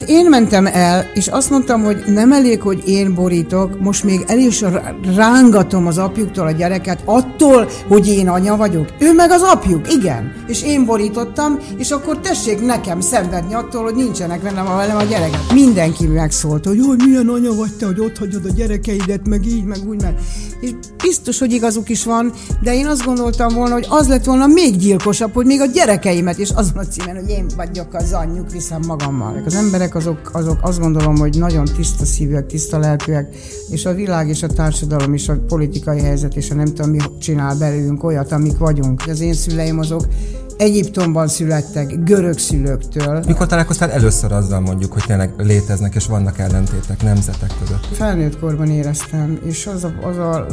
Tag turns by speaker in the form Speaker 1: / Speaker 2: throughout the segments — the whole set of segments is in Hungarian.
Speaker 1: Én mentem el, és azt mondtam, hogy nem elég, hogy én borítok, most még el is rángatom az apjuktól a gyereket, attól, hogy én anya vagyok. Ő meg az apjuk, igen. És én borítottam, és akkor tessék nekem szenvedni attól, hogy nincsenek velem a gyerekek. Mindenki megszólt, hogy milyen anya vagy te, hogy ott hagyod a gyerekeidet, meg így, meg úgy, meg. És biztos, hogy igazuk is van, de én azt gondoltam volna, hogy az lett volna még gyilkosabb, hogy még a gyerekeimet, és azon a címen, hogy én vagyok az anyjuk, viszem magammal. Az emberek azok azt gondolom, hogy nagyon tiszta szívűek, tiszta lelkűek, és a világ és a társadalom és a politikai helyzet és a nem tudom mi csinál belőlünk olyat, amik vagyunk. Az én szüleim azok Egyiptomban születtek, görög szülőktől.
Speaker 2: Mikor találkoztál először azzal mondjuk, hogy tényleg léteznek és vannak ellentétek nemzetek között?
Speaker 1: Felnőtt korban éreztem, és az a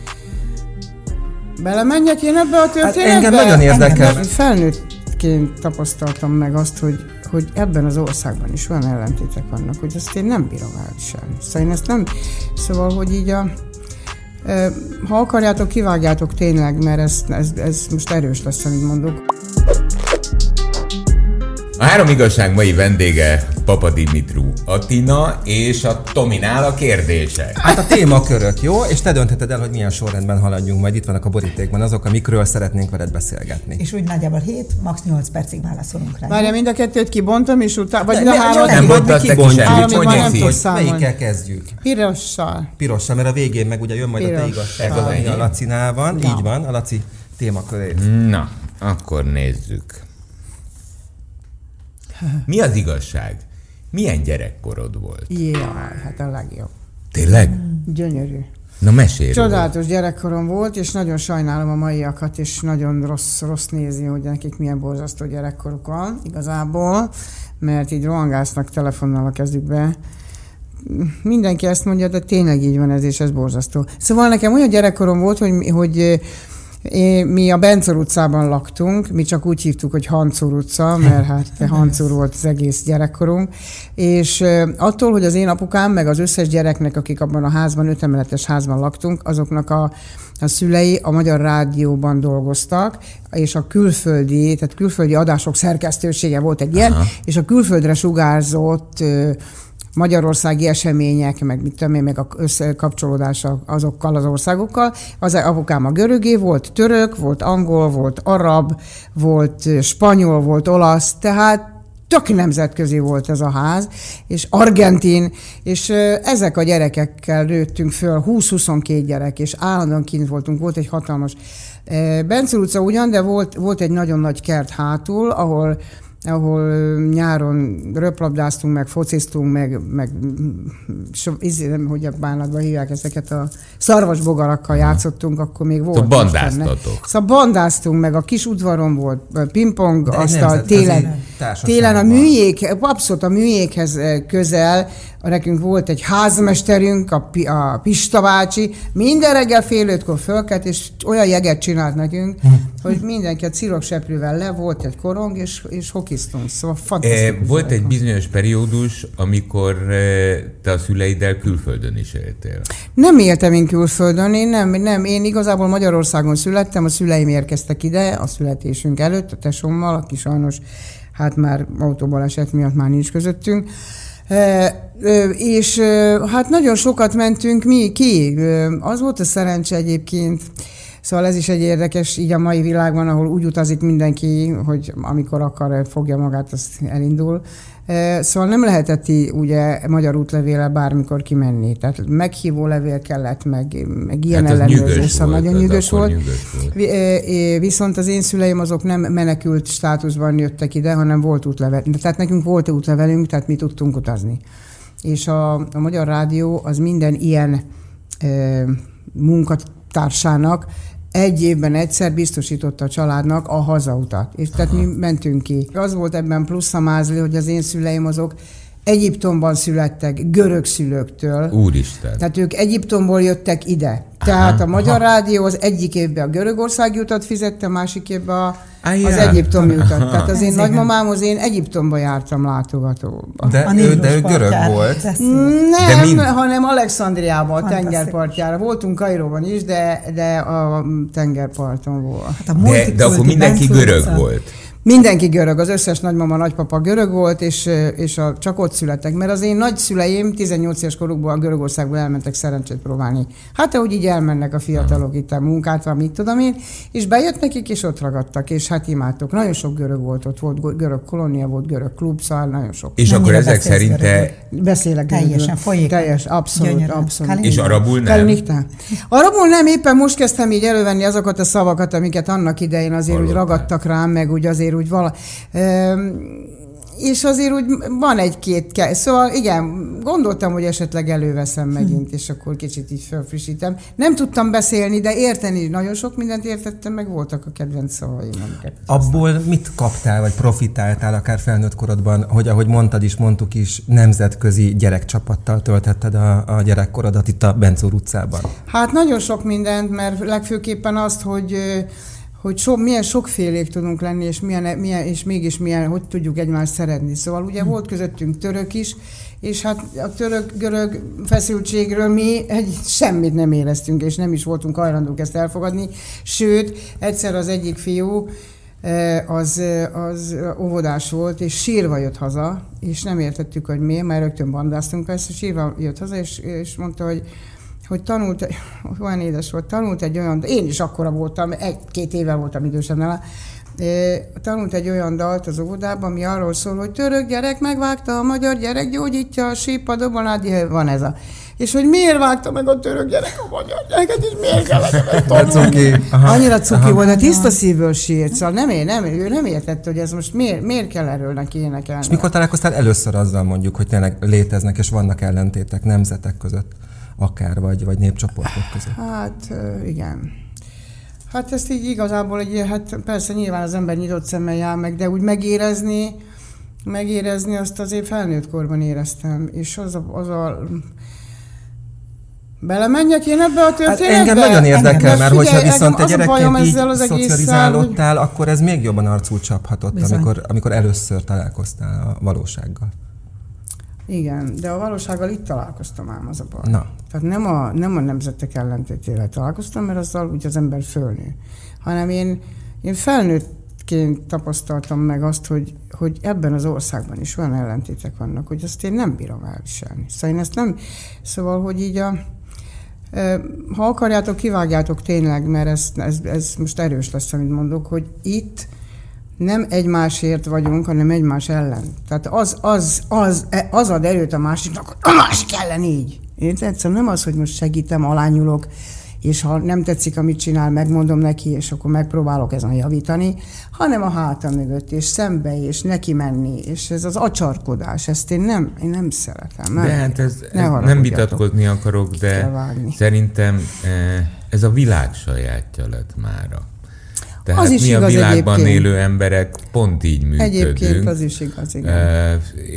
Speaker 1: belemenjek én ebbe a történetbe?
Speaker 2: Hát engem nagyon érdekel.
Speaker 1: Felnőttként tapasztaltam meg azt, hogy ebben az országban is olyan ellentétek vannak, hogy ezt én nem bírom elviselni. Szóval én ezt nem... Szóval, hogy így ha akarjátok, kivágjátok tényleg, mert ez most erős lesz, amit mondok.
Speaker 3: A Három igazság mai vendége Papa Dimitru Attina, és a Tominál a kérdések.
Speaker 2: Hát a témakörök, jó? És te döntheted el, hogy milyen sorrendben haladjunk, majd itt vannak a borítékban azok, amikről szeretnénk veled beszélgetni.
Speaker 4: És úgy nagyjából 7, max. 8 percig válaszolunk rá.
Speaker 1: Várja, mind a kettőt kibontom, és utána... Vagy
Speaker 3: nem bontottak ki semmit.
Speaker 2: Melyikkel kezdjük?
Speaker 1: Pirossal,
Speaker 2: mert a végén meg ugye jön majd a te igazságod, ami a Lacinál van. Ja. Így van, a Laci témakörét.
Speaker 3: Na, akkor nézzük. Mi az igazság? Milyen gyerekkorod volt?
Speaker 1: Jaj, hát a legjobb.
Speaker 3: Tényleg?
Speaker 1: Gyönyörű.
Speaker 3: Na mesélj.
Speaker 1: Csodálatos gyerekkorom volt, és nagyon sajnálom a maiakat, és nagyon rossz nézni, hogy nekik milyen borzasztó gyerekkoruk van igazából, mert így rohangásznak telefonnal a kezükbe. Mindenki ezt mondja, de tényleg így van ez, és ez borzasztó. Szóval nekem olyan gyerekkorom volt, hogy mi a Bencor utcában laktunk, mi csak úgy hívtuk, hogy Hancur utca, mert hát Hancur volt az egész gyerekkorunk, és attól, hogy az én apukám, meg az összes gyereknek, akik abban a házban, 5 emeletes házban laktunk, azoknak a szülei a Magyar Rádióban dolgoztak, és a külföldi adások szerkesztősége volt egy ilyen, és a külföldre sugárzott magyarországi események, meg mit tudom én, meg a összekapcsolódása azokkal az országokkal. Az apukám a görögé, volt török, volt angol, volt arab, volt spanyol, volt olasz, tehát tök nemzetközi volt ez a ház, és argentin, és ezek a gyerekekkel nőttünk föl, 20-22 gyerek, és állandóan kint voltunk, volt egy hatalmas Bencor utca ugyan, de volt egy nagyon nagy kert hátul, ahol nyáron röplabdáztunk, meg fociztunk, meg hogy a bánatban hívják ezeket a szarvasbogarakkal játszottunk, akkor még volt.
Speaker 3: Szóval bandáztatok.
Speaker 1: Szóval bandáztunk, meg a kis udvaron volt pingpong, aztán télen a műjég, abszolút a műjéghez közel, nekünk volt egy házmesterünk, a Pista bácsi, minden reggel 4:30-kor fölkelt, és olyan jeget csinált nekünk, hogy mindenki a cirokseprűvel le volt egy korong, és hokiztunk. Szóval fantasztikus.
Speaker 3: Volt egy bizonyos periódus, amikor te a szüleiddel külföldön is éltél.
Speaker 1: Nem éltem én külföldön, én igazából Magyarországon születtem, a szüleim érkeztek ide a születésünk előtt, a tesómmal, aki sajnos hát már autóbaleset miatt már nincs közöttünk. És hát nagyon sokat mentünk ki. Az volt a szerencse egyébként. Szóval ez is egy érdekes, így a mai világban, ahol úgy utazik mindenki, hogy amikor akar, fogja magát, azt elindul. Szóval nem lehetett ugye magyar útlevéllel bármikor kimenni. Tehát meghívó levél kellett, meg ilyen
Speaker 3: hát
Speaker 1: ellenőrzés. Szóval nagyon nyűgös volt. Viszont az én szüleim azok nem menekült státuszban jöttek ide, hanem volt útlevel. Tehát nekünk volt útlevelünk, tehát mi tudtunk utazni. És a Magyar Rádió az minden ilyen munkatársának egy évben egyszer biztosította a családnak a hazautat. És tehát mi mentünk ki. Az volt ebben plusz a mázli, hogy az én szüleim azok Egyiptomban születtek, görög szülőktől.
Speaker 3: Úristen.
Speaker 1: Tehát ők Egyiptomból jöttek ide. Tehát a Magyar Rádió az egyik évben a görögországi utat fizette, másik évben az egyiptomi utat. Tehát az én nagymamámhoz én Egyiptomba jártam látogatóba.
Speaker 2: De ő görög volt.
Speaker 1: Nem, hanem Alexandriában, a tengerpartjára. Voltunk Kairóban is, de a tengerparton volt.
Speaker 3: Hát de akkor mindenki görög volt.
Speaker 1: Mindenki görög, az összes nagymama, nagypapa görög volt, és csak ott születtek. Mert az én nagyszüleim 18 éves korukban Görögországból elmentek szerencsét próbálni. Hát ahogy így elmennek a fiatalok itt a munkát, van mit tudom én, és bejött nekik, és ott ragadtak, és hát imádtok. Nagyon sok görög volt, volt görög kolónia, volt görög klub, szóval nagyon sok.
Speaker 3: És akkor ezek szerint te...
Speaker 1: Beszélek
Speaker 4: teljesen folyik.
Speaker 1: Teljes, abszolút.
Speaker 3: És arabul nem?
Speaker 1: Arabul nem, éppen most kezdtem így elővenni azokat a szavakat, amiket annak idején azért úgy ragadtak rám, meg úgy azért úgy és azért úgy van egy-két, szóval igen, gondoltam, hogy esetleg előveszem megint, és akkor kicsit így felfrissítem. Nem tudtam beszélni, de érteni, nagyon sok mindent értettem, meg voltak a kedvenc szavaim.
Speaker 2: Abból mit kaptál, vagy profitáltál akár felnőtt korodban, hogy ahogy mondtuk is, nemzetközi gyerekcsapattal töltetted a gyerekkorodat itt a Bencúr utcában? Hát
Speaker 1: nagyon sok mindent, mert legfőképpen azt, hogy milyen sokfélék tudunk lenni, és mégis milyen, hogy tudjuk egymást szeretni. Szóval ugye volt közöttünk török is, és hát a török-görög feszültségről mi semmit nem éreztünk, és nem is voltunk hajlandók ezt elfogadni. Sőt, egyszer az egyik fiú, az óvodás volt, és sírva jött haza, és nem értettük, hogy miért, mert rögtön bandáztunk persze, sírva jött haza, és mondta, hogy tanult, olyan édes volt, tanult egy olyan, én is akkora voltam, 1-2 évvel voltam idősebb nála, tanult egy olyan dalt az óvodában, ami arról szól, hogy török gyerek megvágta, a magyar gyerek gyógyítja a sípadóban, van ez a... És hogy miért vágta meg a török gyerek a magyar gyereket, és miért kellett ezt tanulni? Annyira cuki volt, de tiszta szívből sírt, szóval ő nem értette, hogy ez most miért kell erről neki énekelni.
Speaker 2: És mikor találkoztál először azzal mondjuk, hogy tényleg léteznek és vannak ellentétek nemzetek között? Akár, vagy népcsoportok között.
Speaker 1: Hát igen. Hát ezt így igazából, hát persze nyilván az ember nyitott szemmel jár meg, de úgy megérezni azt azért felnőtt korban éreztem. És az a belemenjek én ebbe a történetbe? Hát
Speaker 2: engem nagyon érdekel, mert hogyha viszont te gyerekként így szocializálódtál, akkor ez még jobban arcul csaphatott, amikor először találkoztál a valósággal.
Speaker 1: Igen, de a valósággal itt találkoztam ám, az a baj.
Speaker 2: Na.
Speaker 1: Tehát nem a nemzetek ellentétével találkoztam, mert azzal úgy az ember fölnő. Hanem én felnőttként tapasztaltam meg azt, hogy ebben az országban is olyan ellentétek vannak, hogy azt én nem bírom elviselni. Szóval én ezt nem... Szóval, hogy így ha akarjátok, kivágjátok tényleg, mert ez most erős lesz, amit mondok, hogy itt nem egymásért vagyunk, hanem egymás ellen. Tehát az ad erőt a másiknak, hogy a másik ellen így. Érted? Szóval nem az, hogy most segítem, alányulok, és ha nem tetszik, amit csinál, megmondom neki, és akkor megpróbálok ezen javítani, hanem a hátam mögött, és szembe, és neki menni, és ez az acsarkodás, ezt én nem szeretem.
Speaker 3: De hát nem vitatkozni akarok, de szerintem ez a világ sajátja lett mára. Tehát mi a világban élő emberek pont így működünk.
Speaker 1: Egyébként az is igaz, igen.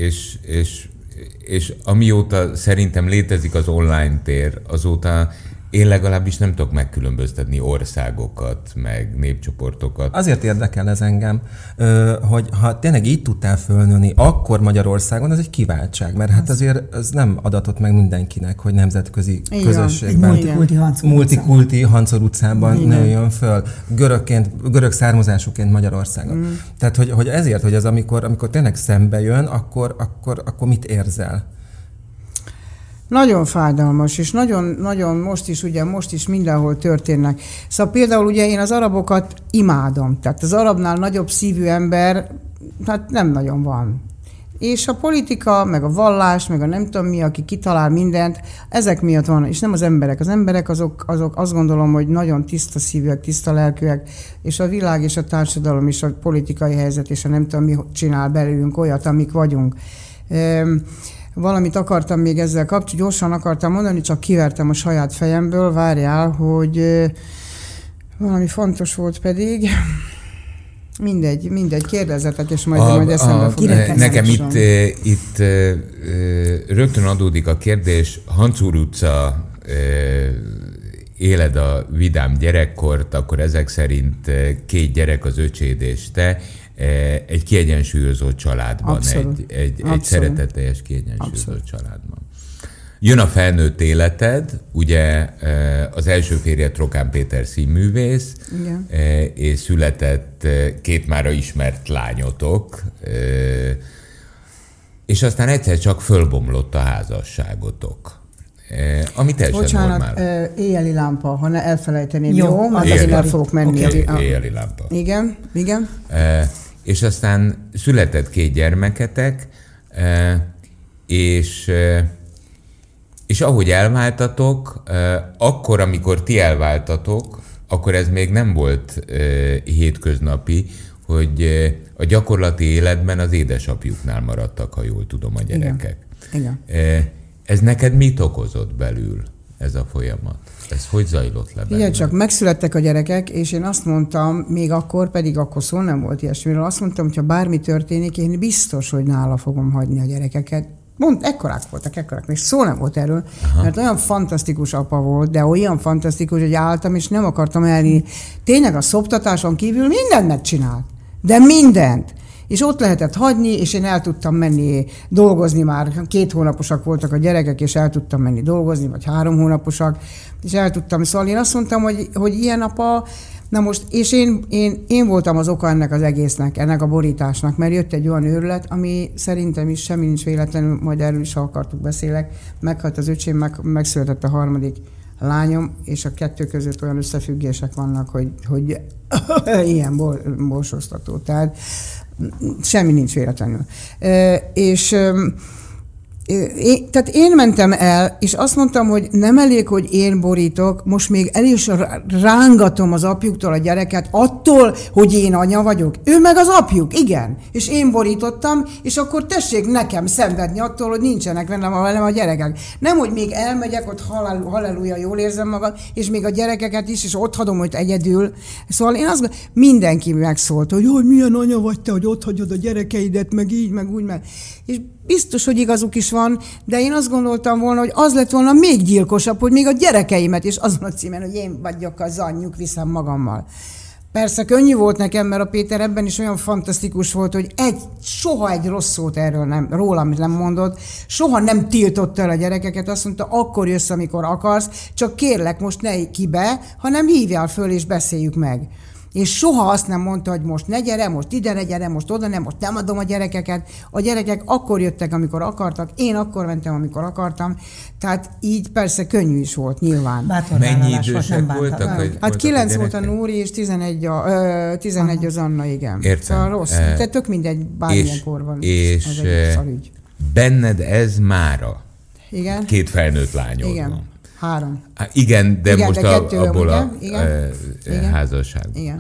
Speaker 3: És amióta szerintem létezik az online tér, azóta én legalábbis nem tudok megkülönböztetni országokat, meg népcsoportokat.
Speaker 2: Azért érdekel ez engem, hogy ha tényleg így tudtál fölnőni, akkor Magyarországon ez egy kiváltság, mert hát azért ez nem adatott meg mindenkinek, hogy nemzetközi közösségben, multikulti Hancor utcában nőjön föl, görög származásúként Magyarországon. Tehát, hogy ezért, hogy ez amikor tényleg szembe jön, akkor mit érzel?
Speaker 1: Nagyon fájdalmas, és nagyon most is mindenhol történnek. Szóval például ugye én az arabokat imádom, tehát az arabnál nagyobb szívű ember, hát nem nagyon van. És a politika, meg a vallás, meg a nem tudom mi, aki kitalál mindent, ezek miatt van, és nem az emberek. Az emberek azok azt gondolom, hogy nagyon tiszta szívűek, tiszta lelkűek, és a világ és a társadalom és a politikai helyzet, és a nem tudom mi csinál belőlünk olyat, amik vagyunk. Valamit akartam még ezzel kapcsolatban, gyorsan akartam mondani, csak kivertem a saját fejemből, várjál, hogy valami fontos volt pedig. Mindegy, kérdezzetek, és majd eszembe fog.
Speaker 3: Nekem itt rögtön adódik a kérdés, Hancur utca, éled a vidám gyerekkort, akkor ezek szerint 2 gyerek, az öcséd és te, egy kiegyensúlyozott családban, egy szeretetteljes kiegyensúlyozott családban. Jön a felnőtt életed, ugye az első férjed Trokán Péter színművész, és született 2 mára ismert lányotok, és aztán egyszer csak fölbomlott a házasságotok. Ami teljesen normál.
Speaker 1: Éjjeli lámpa, ha ne elfelejteném, jó? Mert azért el fogok menni.
Speaker 3: Éjjeli lámpa.
Speaker 1: Igen.
Speaker 3: És aztán született 2 gyermeketek, és ahogy elváltatok, akkor, amikor ti elváltatok, akkor ez még nem volt hétköznapi, hogy a gyakorlati életben az édesapjuknál maradtak, ha jól tudom, a gyerekek.
Speaker 1: Igen.
Speaker 3: Ez neked mit okozott belül, ez a folyamat? Ez hogy zajlott le benne?
Speaker 1: Igen, csak megszülettek a gyerekek, és én azt mondtam, még akkor, pedig akkor szó nem volt ilyesmiről, azt mondtam, hogy ha bármi történik, én biztos, hogy nála fogom hagyni a gyerekeket. Ekkorák voltak, és szó nem volt erről, mert olyan fantasztikus apa volt, de olyan fantasztikus, hogy álltam, és nem akartam elni. Tényleg a szoptatáson kívül mindent megcsinált, de mindent. És ott lehetett hagyni, és én el tudtam menni dolgozni, már 2 hónaposak voltak a gyerekek, és el tudtam menni dolgozni, vagy 3 hónaposak, és el tudtam. Szóval én azt mondtam, hogy ilyen apa, na most, és én voltam az oka ennek az egésznek, ennek a borításnak, mert jött egy olyan őrület, ami szerintem is semmi nincs véletlenül, majd erről is, ha akartuk beszélek, meghalt az öcsém, megszületett a 3. lányom, és a 2 között olyan összefüggések vannak, hogy ilyen borsóztató. Tehát semmi nincs véletlenül. Tehát én mentem el, és azt mondtam, hogy nem elég, hogy én borítok, most még el is rángatom az apjuktól a gyereket, attól, hogy én anya vagyok. Ő meg az apjuk, igen. És én borítottam, és akkor tessék nekem szenvedni attól, hogy nincsenek velem a gyerekek. Nem, hogy még elmegyek, ott halleluja, jól érzem magam, és még a gyerekeket is, és ott hagyom, hogy egyedül. Szóval én azt gondolom, mindenki megszólt, hogy milyen anya vagy te, hogy ott hagyod a gyerekeidet, meg így, meg úgy, meg. És biztos, hogy igazuk is van, de én azt gondoltam volna, hogy az lett volna még gyilkosabb, hogy még a gyerekeimet is azon a címen, hogy én vagyok az anyjuk, viszem magammal. Persze könnyű volt nekem, mert a Péter ebben is olyan fantasztikus volt, hogy soha egy rossz szót rólam nem mondott, soha nem tiltott el a gyerekeket, azt mondta, akkor jössz, amikor akarsz, csak kérlek, most ne ki be, hanem hívjál föl és beszéljük meg. És soha azt nem mondta, hogy most ne gyere, most ide ne gyere, most oda nem, most nem adom a gyerekeket. A gyerekek akkor jöttek, amikor akartak, én akkor mentem, amikor akartam. Tehát így persze könnyű is volt, nyilván.
Speaker 3: Mennyi idősek voltak?
Speaker 1: Hát 9 volt a Nóri, és 11 az Anna, igen.
Speaker 3: Értem.
Speaker 1: Szóval rossz. Tehát tök mindegy, bármilyen korban.
Speaker 3: És ez egy szarügy. Benned ez mára?
Speaker 1: Igen.
Speaker 3: 2 felnőtt lányod
Speaker 1: igen.
Speaker 3: van.
Speaker 1: 3.
Speaker 3: Igen, de most
Speaker 1: de 2,
Speaker 3: abból
Speaker 1: igen,
Speaker 3: a házasság.
Speaker 1: Igen.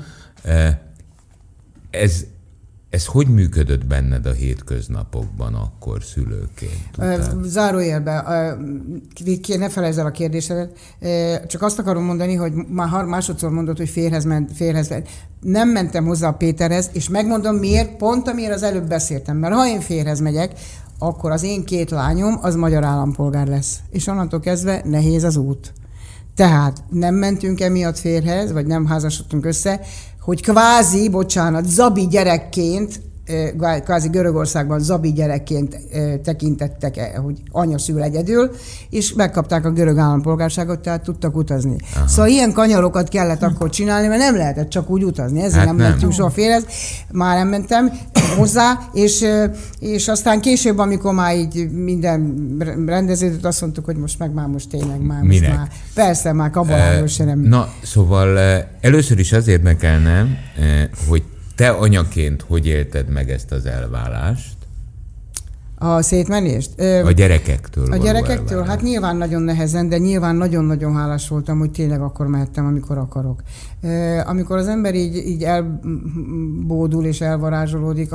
Speaker 3: Ez hogy működött benned a hétköznapokban akkor szülőként?
Speaker 1: Zárójelbe, ne felejtsd el a kérdésedet, csak azt akarom mondani, hogy már másodszor mondod, hogy férhez ment. Nem mentem hozzá a Péterhez, és megmondom miért, pont amiért az előbb beszéltem, mert ha én férhez megyek, akkor az én 2 lányom az magyar állampolgár lesz. És onnantól kezdve nehéz az út. Tehát nem mentünk emiatt férhez, vagy nem házasodtunk össze, hogy Zabi gyerekként, kvázi Görögországban Zabi gyerekként tekintettek, hogy anya szül egyedül, és megkapták a görög állampolgárságot, tehát tudtak utazni. Aha. Szóval ilyen kanyarokat kellett akkor csinálni, mert nem lehetett csak úgy utazni. Ezért nem mentünk soha férhez. Már nem mentem hozzá, és aztán később, amikor már így minden rendeződött, azt mondtuk, hogy most tényleg már.
Speaker 3: Minek?
Speaker 1: Már, persze, már kabaláról se nem.
Speaker 3: Na, szóval először is az érdekelne, hogy te anyaként hogy élted meg ezt az elválást?
Speaker 1: A szétmenést?
Speaker 3: A gyerekektől.
Speaker 1: A gyerekektől? Hát nyilván nagyon nehezen, de nyilván nagyon-nagyon hálás voltam, hogy tényleg akkor mehettem, amikor akarok. Amikor az ember így elbódul és elvarázsolódik,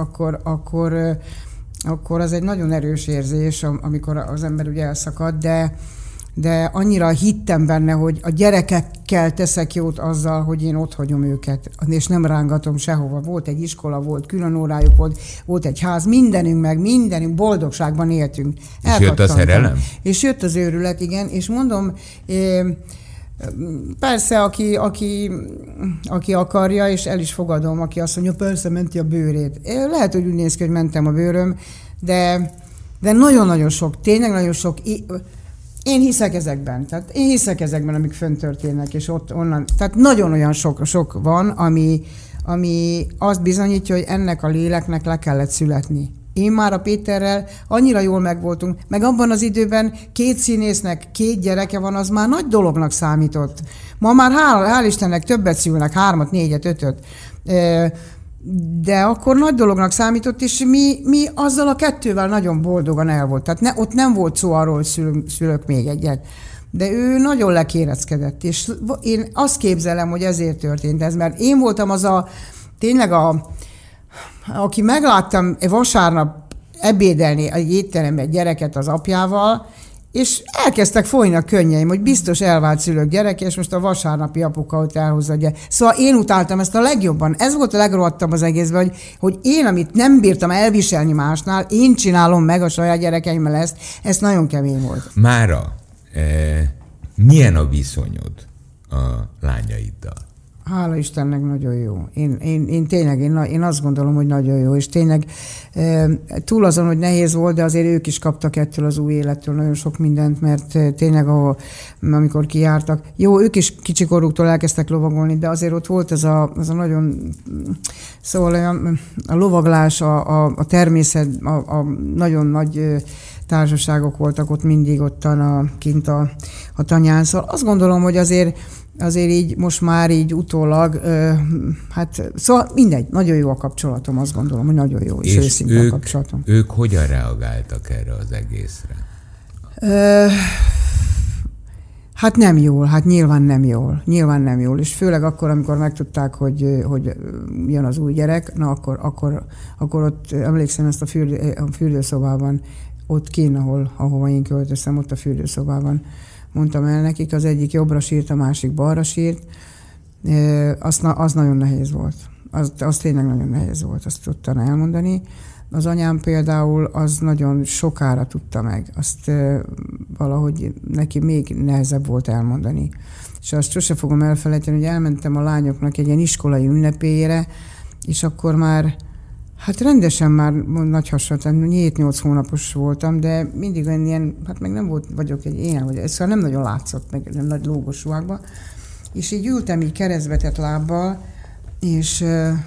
Speaker 1: akkor az egy nagyon erős érzés, amikor az ember ugye elszakad, de annyira hittem benne, hogy a gyerekekkel teszek jót azzal, hogy én ott hagyom őket, és nem rángatom sehova. Volt egy iskola, volt külön órájuk, volt egy ház, mindenünk boldogságban éltünk.
Speaker 3: És jött a szerelem?
Speaker 1: És jött az őrület, igen, és mondom, persze, aki akarja, és el is fogadom, aki azt mondja, persze, menti a bőrét. Lehet, hogy úgy néz ki, hogy mentem a bőröm, de nagyon-nagyon sok, tényleg nagyon sok. Én hiszek ezekben. Tehát én hiszek ezekben, amik fönn történnek, és ott onnan. Tehát nagyon olyan sok van, ami azt bizonyítja, hogy ennek a léleknek le kellett születni. Én már a Péterrel annyira jól megvoltunk, meg abban az időben 2 színésznek 2 gyereke van, az már nagy dolognak számított. Ma már hál' Istennek többet szülnek, 3, 4, 5. De akkor nagy dolognak számított, és mi azzal a 2-vel nagyon boldogan el volt. Tehát ott nem volt szó arról, hogy szülök még egyet. De ő nagyon lekéreckedett, és én azt képzelem, hogy ezért történt ez, mert én voltam aki megláttam vasárnap ebédelni egy étteremben gyereket az apjával, és elkezdtek folyni a könnyeim, hogy biztos elvált szülők gyereke, és most a vasárnapi apuka ott elhozza. Szóval én utáltam ezt a legjobban. Ez volt a legrohadtabb az egészben, hogy én, amit nem bírtam elviselni másnál, én csinálom meg a saját gyerekeimmel ezt nagyon kemény volt.
Speaker 3: Mára, milyen a viszonyod a lányaiddal?
Speaker 1: Hála Istennek nagyon jó. Én tényleg, én azt gondolom, hogy nagyon jó, és tényleg túl azon, hogy nehéz volt, de azért ők is kaptak ettől az új élettől nagyon sok mindent, mert tényleg amikor kijártak, jó, ők is kicsikoruktól elkezdtek lovagolni, de azért ott volt ez a nagyon, szóval a lovaglás, a természet, a nagyon nagy társaságok voltak ott mindig kint a tanyán. Szóval azt gondolom, hogy azért így most már így utólag, szóval mindegy, nagyon jó a kapcsolatom, azt gondolom, hogy nagyon jó, és őszinte a kapcsolatom.
Speaker 3: Ők hogyan reagáltak erre az egészre?
Speaker 1: Hát nem jól, nyilván nem jól, és főleg akkor, amikor megtudták, hogy jön az új gyerek, na akkor ott emlékszem ezt a fürdőszobában, ott kín, ahova én költöztem, ott a fürdőszobában mondtam el nekik, az egyik jobbra sírt, a másik balra sírt. Az nagyon nehéz volt. Az tényleg nagyon nehéz volt, azt tudtam elmondani. Az anyám például az nagyon sokára tudta meg. Azt valahogy neki még nehezebb volt elmondani. És azt sose fogom elfelejteni, hogy elmentem a lányoknak egy ilyen iskolai ünnepélyére, és akkor már rendesen már nagy hasonló, 7-8 hónapos voltam, de mindig ilyen, meg nem vagyok egy ilyen, vagy szóval nem nagyon látszott, meg nem nagy lógos ruhákban. És így ültem így keresztbetett lábbal, és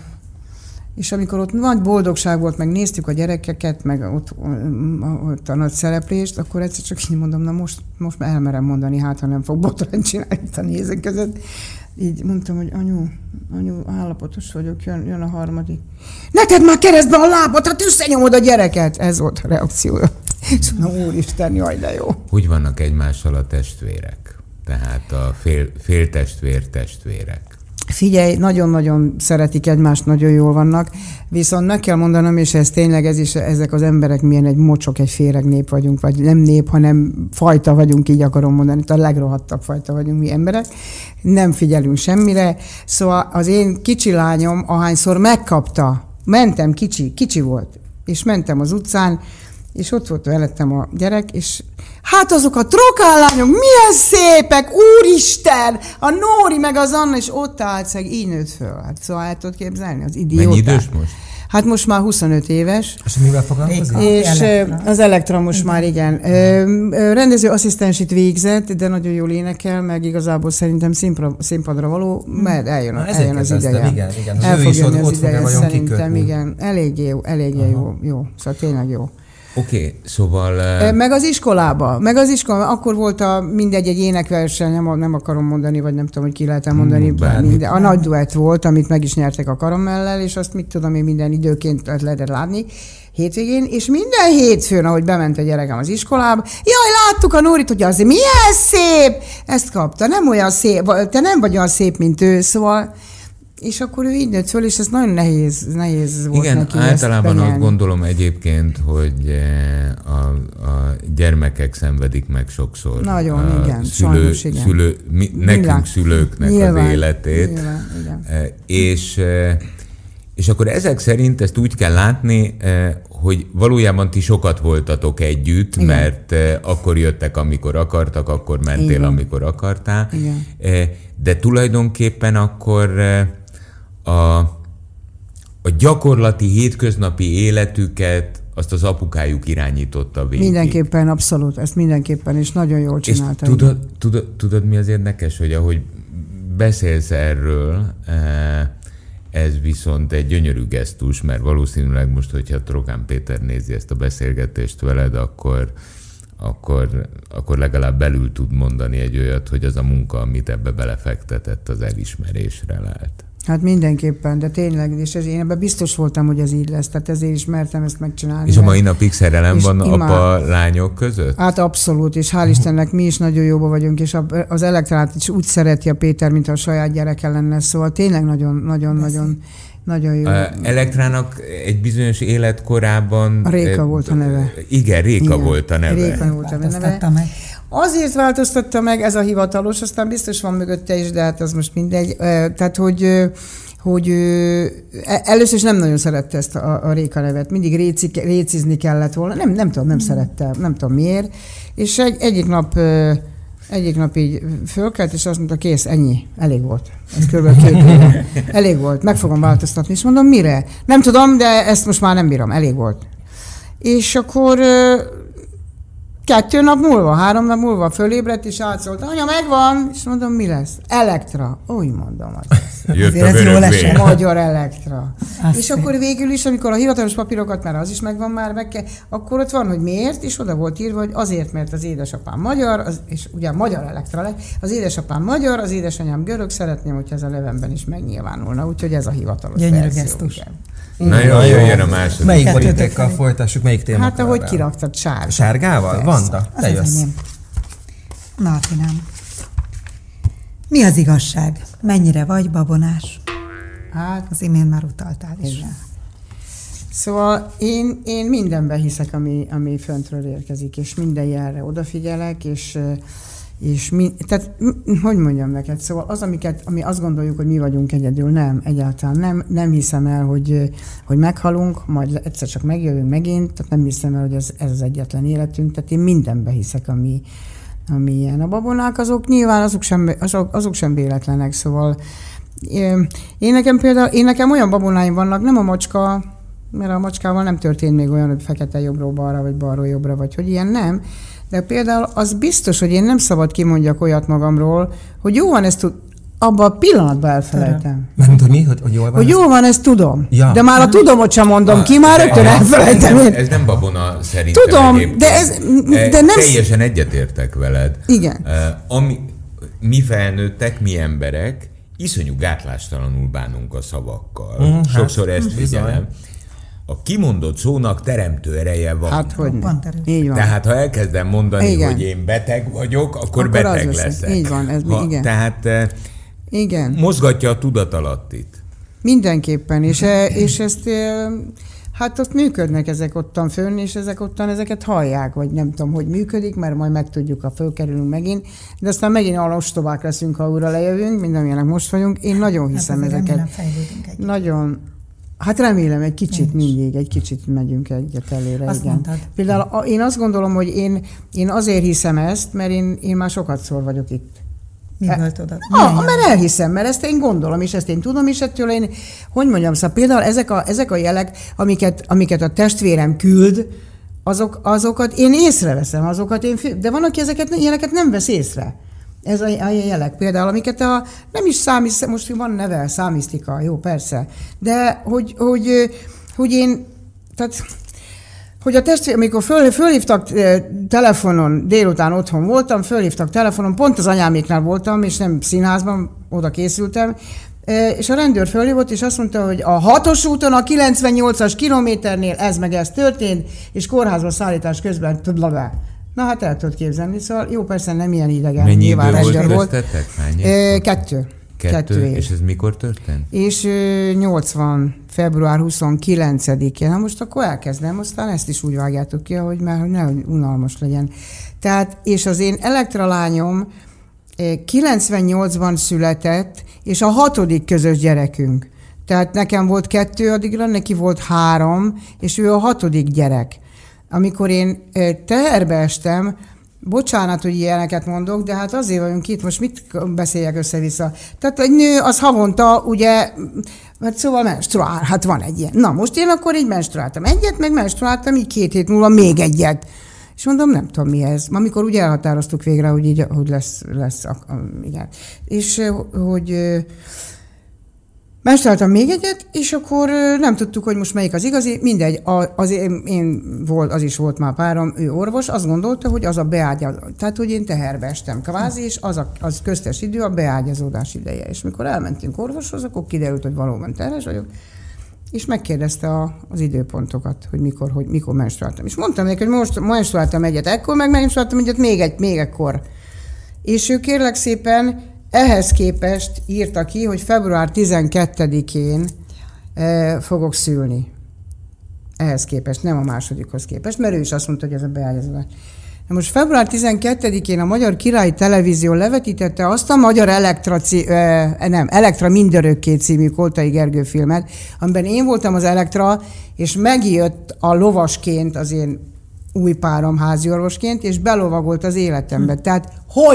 Speaker 1: amikor ott nagy boldogság volt, meg néztük a gyerekeket, meg ott a nagy szereplést, akkor egyszer csak így mondom, na most elmerem mondani, ha nem fog botrányt csinálni itt a nézők között. Így mondtam, hogy anyu, állapotos vagyok, jön a harmadik. Neked már keresztbe a lábad, összenyomod a gyereket! Ez volt a reakciója. És mondom, úristen, jaj, de jó.
Speaker 3: Hogy vannak egymással a testvérek? Tehát a féltestvér testvérek.
Speaker 1: Figyelj, nagyon-nagyon szeretik egymást, nagyon jól vannak, viszont meg kell mondanom, és ez tényleg ezek az emberek milyen egy mocsok, egy féreg nép vagyunk, vagy nem nép, hanem fajta vagyunk, így akarom mondani, a legrohadtabb fajta vagyunk mi emberek, nem figyelünk semmire, szóval az én kicsi lányom ahányszor megkapta, mentem, kicsi volt, és mentem az utcán, és ott volt velettem a gyerek, és azok a trokállányok milyen szépek, úristen! A Nóri meg az Anna, és ott állt, így nőtt föl. Szóval el tudod képzelni, az idiótát.
Speaker 3: Mennyi idős most?
Speaker 1: Most már 25 éves.
Speaker 2: És mivel foglalkozik?
Speaker 1: És az Elektra most már, igen. Rendezőasszisztensit végzett, de nagyon jól énekel, meg igazából szerintem színpadra való, mert eljön az ideje.
Speaker 2: Igen.
Speaker 1: El fog jönni az ideje, szerintem, igen. Eléggé jó. Szóval tényleg jó.
Speaker 3: Oké, szóval...
Speaker 1: Meg az iskolába, akkor volt mindegy egy énekverseny, nem akarom mondani, vagy nem tudom, hogy ki lehet mondani. A nagy duett volt, amit meg is nyertek a Karamellel, és azt mit tudom én minden időként lehetett látni hétvégén, és minden hétfőn, ahogy bement a gyerekem az iskolába, jaj, láttuk a Nórit, hogy az milyen szép! Ezt kapta, nem olyan szép, te nem vagy olyan szép, mint ő, szóval... És akkor ő így nőtt föl, és ez nagyon nehéz volt
Speaker 3: igen,
Speaker 1: neki.
Speaker 3: Igen, általában azt gondolom egyébként, hogy a gyermekek szenvedik meg sokszor.
Speaker 1: Nagyon, igen. Sajnos, igen.
Speaker 3: Nekünk szülőknek nyilván, az életét.
Speaker 1: Nyilván, igen.
Speaker 3: És akkor ezek szerint ezt úgy kell látni, hogy valójában ti sokat voltatok együtt, igen. Mert akkor jöttek, amikor akartak, akkor mentél, igen. Amikor akartál.
Speaker 1: Igen.
Speaker 3: De tulajdonképpen akkor a gyakorlati, hétköznapi életüket azt az apukájuk irányította végig.
Speaker 1: Mindenképpen, abszolút, ezt mindenképpen, és nagyon jól csinálta.
Speaker 3: És tudod, mi az érdekes, hogy ahogy beszélsz erről, ez viszont egy gyönyörű gesztus, mert valószínűleg most, hogyha Trokán Péter nézi ezt a beszélgetést veled, akkor legalább belül tud mondani egy olyat, hogy az a munka, amit ebbe belefektetett, az elismerésre lelt.
Speaker 1: Hát mindenképpen, de tényleg, és én ebben biztos voltam, hogy ez így lesz, tehát ezért is mertem ezt megcsinálni.
Speaker 3: És a mai napig szerelem van apa-lányok között?
Speaker 1: Hát abszolút, és hál' Istennek mi is nagyon jóban vagyunk, és az Elektrát is úgy szereti a Péter, mint a saját gyereke lenne, szóval tényleg nagyon jó.
Speaker 3: Elektrának egy bizonyos életkorában...
Speaker 1: Réka volt a neve.
Speaker 3: Igen, Réka volt a neve.
Speaker 1: Réka volt a neve. Azért változtatta meg, ez a hivatalos, aztán biztos van mögötte is, de hát az most mindegy. Tehát, hogy először is nem nagyon szerette ezt a Réka nevet. Mindig récizni kellett volna. Nem tudom, nem szerette, nem tudom miért. És egyik nap így fölkelt, és azt mondta, kész, ennyi, elég volt. Ez kb. 2 éve. Elég volt, meg fogom változtatni. És mondom, mire? Nem tudom, de ezt most már nem bírom, elég volt. És akkor 2 nap múlva, 3 nap múlva fölébredt, és átszólt, anya, megvan, és mondom, mi lesz? Elektra. Úgy mondom, az lesz.
Speaker 3: Jött a vörög.
Speaker 1: Magyar Elektra. És akkor végül is, amikor a hivatalos papírokat, mert az is megvan már, akkor ott van, hogy miért, és oda volt írva, hogy azért, mert az édesapám magyar, és ugye Magyar Elektra lett, az édesapám magyar, az édesanyám görög, szeretném, hogyha ez a levemben is megnyilvánulna, úgyhogy ez a hivatalos
Speaker 4: gyönyörű gesztus.
Speaker 3: Na jó, jöjjön a második.
Speaker 2: Melyik borítékkal folytassuk, melyik témakörrel?
Speaker 1: Hát ahogy kiraktad, sárga.
Speaker 2: Sárgával? Vanda, te jössz.
Speaker 4: Martinám. Mi az igazság? Mennyire vagy babonás?
Speaker 1: Hát
Speaker 4: az imént már utaltál is rá.
Speaker 1: Szóval én mindenben hiszek, ami föntről érkezik, és minden jelre odafigyelek, tehát, hogy mondjam neked, szóval az, ami azt gondoljuk, hogy mi vagyunk egyedül, nem, egyáltalán nem hiszem el, hogy meghalunk, majd egyszer csak megjövünk megint, tehát nem hiszem el, hogy ez az egyetlen életünk, tehát én mindenben hiszek, ami ilyen. A babonák, azok nyilván azok sem véletlenek, szóval én nekem olyan babonáim vannak, nem a macska, mert a macskával nem történt még olyan, hogy fekete jobbról balra, vagy balról jobbra, vagy hogy ilyen nem. De például az biztos, hogy én nem szabad kimondjak olyat magamról, hogy jó van, ezt abban a pillanatban elfelejtem.
Speaker 2: Mert hogy mi? Hogy jól van?
Speaker 1: Hogy jól van, ezt tudom.
Speaker 2: Ja.
Speaker 1: De már a tudomot sem mondom ki, már rögtön elfelejtem.
Speaker 3: Ez nem babona szerintem.
Speaker 1: Tudom, de nem...
Speaker 3: Teljesen egyetértek veled.
Speaker 1: Igen.
Speaker 3: Mi felnőttek, mi emberek iszonyú gátlástalanul bánunk a szavakkal. Sokszor ezt figyelem. A kimondott szónak teremtő ereje van.
Speaker 1: Hát hogy így van.
Speaker 3: Tehát ha elkezdem mondani, igen, hogy én beteg vagyok, akkor beteg leszek.
Speaker 1: Így van, igen.
Speaker 3: Tehát
Speaker 1: igen,
Speaker 3: mozgatja a tudatalattit.
Speaker 1: Mindenképpen, és ezt hát ott működnek ezek ottan fönn, és ezeket hallják, vagy nem tudom, hogy működik, mert majd megtudjuk, ha fölkerülünk megint, de aztán megint ostobák leszünk, ha újra lejövünk, mint amilyenek most vagyunk. Én nagyon hiszem hát ezeket. Nagyon. Hát remélem, egy kicsit megyünk egyet előre.
Speaker 4: Azt
Speaker 1: igen.
Speaker 4: Mondtad.
Speaker 1: Például én azt gondolom, hogy én azért hiszem ezt, mert én már sokatszor vagyok itt.
Speaker 4: Miből tudod?
Speaker 1: Mert elhiszem, mert ezt én gondolom, és ezt én tudom, és ettől én, hogy mondjam, szóval például ezek a jelek, amiket a testvérem küld, azokat én észreveszem, de van, aki ilyeneket nem vesz észre. Ez a jelek például, amiket nem is most van neve, számisztika, jó, persze, de hogy én, tehát, hogy a testvér, amikor fölhívtak telefonon, délután otthon voltam, fölhívtak telefonon, pont az anyáméknál voltam, és nem színházban, oda készültem, és a rendőr fölhívott, és azt mondta, hogy a 6-os úton, a 98-as kilométernél ez történt, és kórházba szállítás közben blablabla. Na hát el tudod képzelni, szóval jó, persze nem ilyen idegen.
Speaker 3: Mennyi idő volt köztetek?
Speaker 1: 2 év.
Speaker 3: És ez mikor történt?
Speaker 1: És 80. február 29-én. Na most akkor elkezdem, aztán ezt is úgy vágjátok ki, hogy nehogy unalmas legyen. Tehát, és az én elektralányom 98-ban született, és a 6. közös gyerekünk. Tehát nekem volt 2 addigra, neki volt 3, és ő a 6. gyerek. Amikor én teherbe estem, Bocsánat, hogy ilyeneket mondok, de hát azért vagyunk itt, most mit beszéljek össze-vissza. Tehát egy nő az havonta, ugye, hát szóval menstruál, hát van egy ilyen. Na, most én akkor így menstruáltam egyet, meg menstruáltam így 2 hét múlva még egyet. És mondom, nem tudom mi ez. Amikor úgy elhatároztuk végre, hogy így, hogy lesz igen. És hogy menstruáltam még egyet, és akkor nem tudtuk, hogy most melyik az igazi. Mindegy, az is volt már párom, ő orvos, azt gondolta, hogy az a beágyazódás. Tehát, hogy én teherbe estem kvázi, és az köztes idő a beágyazódás ideje. És mikor elmentünk orvoshoz, akkor kiderült, hogy valóban terhes vagyok, és megkérdezte az időpontokat, hogy mikor menstruáltam. És mondtam neki, hogy most menstruáltam egyet ekkor, meg menstruáltam egyet még ekkor. És ő kérlek szépen ehhez képest írta ki, hogy február 12-én fogok szülni. Ehhez képest, nem a másodikhoz képest, mert ő is azt mondta, hogy ez a beágyazódás. Na most február 12-én a Magyar Királyi Televízió levetítette azt a Magyar Elektra Mindörökké című Koltai Gergő filmet, amiben én voltam az Elektra, és megjött a lovasként az én új párom háziorvosként, és belovagolt az életembe. Tehát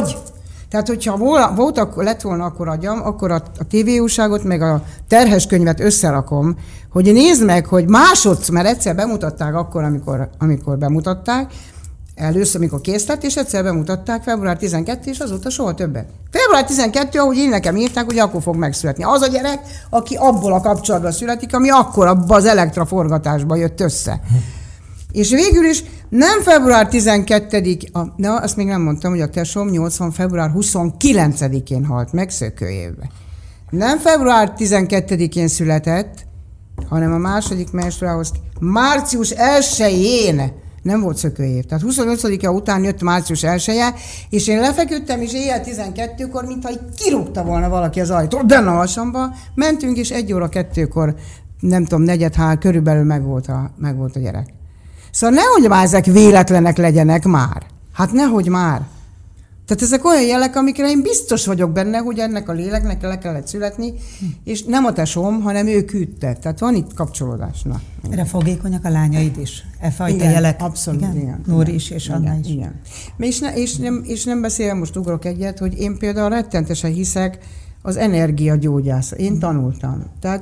Speaker 1: hogyha lett volna akkor agyam, akkor a tévéújságot meg a terhes könyvet összerakom, hogy nézd meg, hogy mert egyszer bemutatták akkor, amikor bemutatták, először, amikor kész lett, és egyszer bemutatták február 12, és azóta soha többet. Február 12, ahogy én nekem írták, hogy akkor fog megszületni. Az a gyerek, aki abból a kapcsolatban születik, ami akkor abban az Elektra forgatásban jött össze. És végül is nem február 12-ig, azt még nem mondtam, hogy a tesóm 80 február 29-én halt meg Szökőévbe. Nem február 12-én született, hanem a második menstruálhoz március 1-én. Nem volt Szökőév. Tehát 28-a után jött március 1-e, és én lefeküdtem, és éjjel 12-kor, mintha így kirúgta volna valaki az ajtót. De Alsamba mentünk, és 1 óra 2-kor, nem tudom, 4-3 körülbelül meg volt a gyerek. Szóval nehogy már ezek véletlenek legyenek már. Hát nehogy már. Tehát ezek olyan jelek, amikre én biztos vagyok benne, hogy ennek a léleknek le kellett születni, és nem a tesóm, hanem ő küldte. Tehát van itt kapcsolódás. Na.
Speaker 4: Erre fogékonyak a lányaid is? E fajta jelek?
Speaker 1: Abszolút, igen.
Speaker 4: Nóri is és Anna is.
Speaker 1: Igen. És nem beszélem, most ugrok egyet, hogy én például rettentesen hiszek az energiagyógyász. Én tanultam. Tehát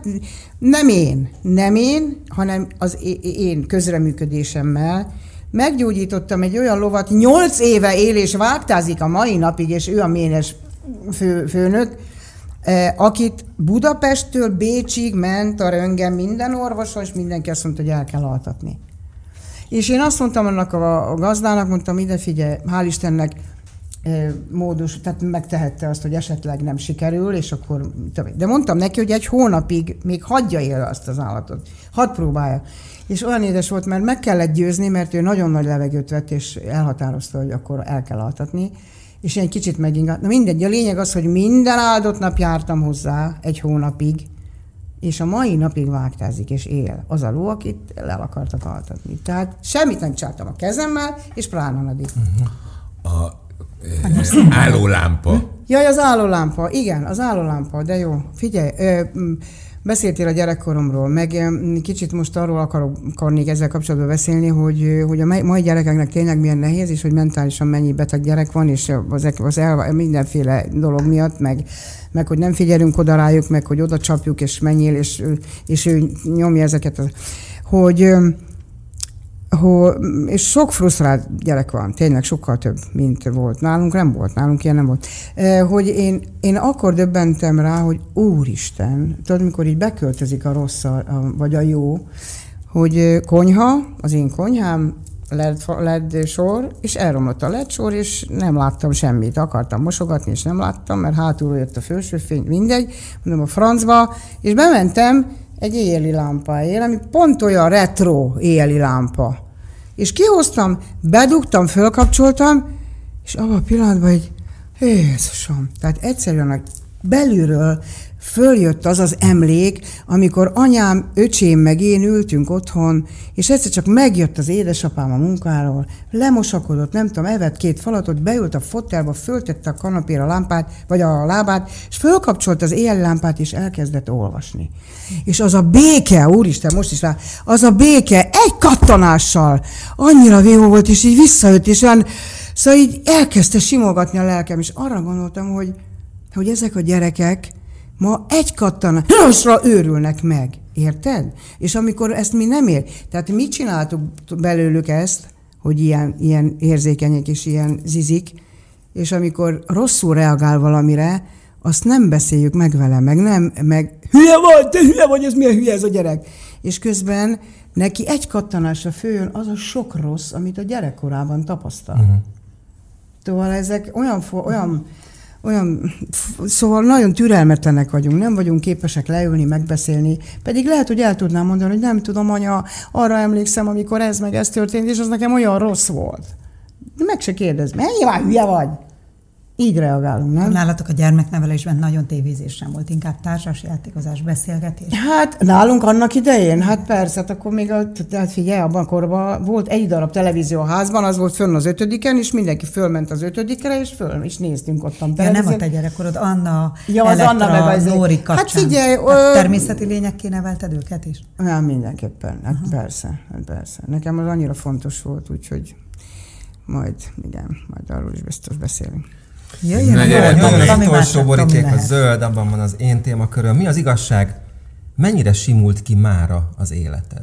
Speaker 1: nem én, hanem az én közreműködésemmel meggyógyítottam egy olyan lovat, 8 éve él és vágtázik a mai napig, és ő a ménes főnök, akit Budapesttől Bécsig ment a röntgen minden orvoson, és mindenki azt mondta, hogy el kell altatni. És én azt mondtam annak a gazdának, mondtam, ide figyelj, hál' Istennek módus, tehát megtehette azt, hogy esetleg nem sikerül, és akkor... De mondtam neki, hogy 1 hónapig még hagyja élve azt az állatot. Hadd próbálja. És olyan édes volt, mert meg kellett győzni, mert ő nagyon nagy levegőt vett, és elhatározta, hogy akkor el kell altatni. És én egy kicsit megingat. Na mindegy, a lényeg az, hogy minden áldott nap jártam hozzá 1 hónapig, és a mai napig vágtázik, és él. Az a ló, akit el akartak altatni. Tehát semmit nem csináltam a kezemmel, és pránanadik.
Speaker 3: Állólámpa.
Speaker 1: Jaj, az állólámpa. Igen, az állólámpa, de jó. Figyelj, beszéltél a gyerekkoromról, meg kicsit most arról akarnék ezzel kapcsolatban beszélni, hogy a mai gyerekeknek tényleg milyen nehéz, és hogy mentálisan mennyi beteg gyerek van, és mindenféle dolog miatt, meg hogy nem figyelünk oda rájuk, meg hogy oda csapjuk, és menjél, és ő nyomja ezeket, és sok frusztrált gyerek van, tényleg sokkal több, mint volt. Nálunk ilyen nem volt. Hogy én akkor döbbentem rá, hogy úristen, tudod, mikor így beköltözik a rossz vagy a jó, hogy konyha, az én konyhám, LED sor, és elromlott a LED sor, és nem láttam semmit. Akartam mosogatni, és nem láttam, mert hátulról jött a felső fény, mindegy, mondom a francba, és bementem egy éjjeli lámpáért, ami pont olyan retro éjjeli lámpa. És kihoztam, bedugtam, fölkapcsoltam, és abban a pillanatban egy Jézusom, tehát egyszerűen belülről följött az az emlék, amikor anyám, öcsém meg én ültünk otthon, és egyszer csak megjött az édesapám a munkáról, lemosakodott, nem tudom, evett 2 falatot, beült a fotelba, föltette a kanapéra a lámpát, vagy a lábát, és fölkapcsolt az éjjeli lámpát, és elkezdett olvasni. És az a béke, úristen, most is rá, az a béke egy kattanással annyira jó volt, és így visszajött, és olyan Szóval így elkezdte simogatni a lelkem, és arra gondoltam, hogy ezek a gyerekek ma egy kattanásra őrülnek meg. Érted? És amikor ezt mi nem tehát mi csináltuk belőlük ezt, hogy ilyen érzékenyek és ilyen zizik, és amikor rosszul reagál valamire, azt nem beszéljük meg vele, meg hülye vagy, te hülye vagy, ez milyen hülye ez a gyerek. És közben neki egy kattanásra följön az a sok rossz, amit a gyerekkorában tapasztal. Szóval ezek olyan, szóval nagyon türelmetlenek vagyunk, nem vagyunk képesek leülni, megbeszélni, pedig lehet, hogy el tudnám mondani, hogy nem tudom, anya, arra emlékszem, amikor ez meg ez történt, és az nekem olyan rossz volt. De meg se kérdez, mennyi már hülye vagy? Így reagálunk, nem?
Speaker 4: Nálatok a gyermeknevelésben nagyon tévézés sem volt, inkább társasjátékozás, beszélgetés.
Speaker 1: Hát nálunk annak idején, hát persze, hát akkor még, tehát figyelj, abban a korban volt egy darab televízió a házban, az volt fönn az 5-en, és mindenki fölment az 5-re, és néztünk ottan.
Speaker 4: Ja, nem a te gyerekkorod, Anna,
Speaker 1: az Anna meg az
Speaker 4: Lóri kapcsán.
Speaker 1: Hát figyelj,
Speaker 4: természeti lényekké nevelted őket is?
Speaker 1: Nem, mindenképpen, hát persze. Nekem az annyira fontos volt, úgyhogy majd arról is biztos beszélünk.
Speaker 2: Jöjjön az utolsó boríték, a zöld, abban van az én témaköröm. Mi az igazság? Mennyire simult ki mára az életed?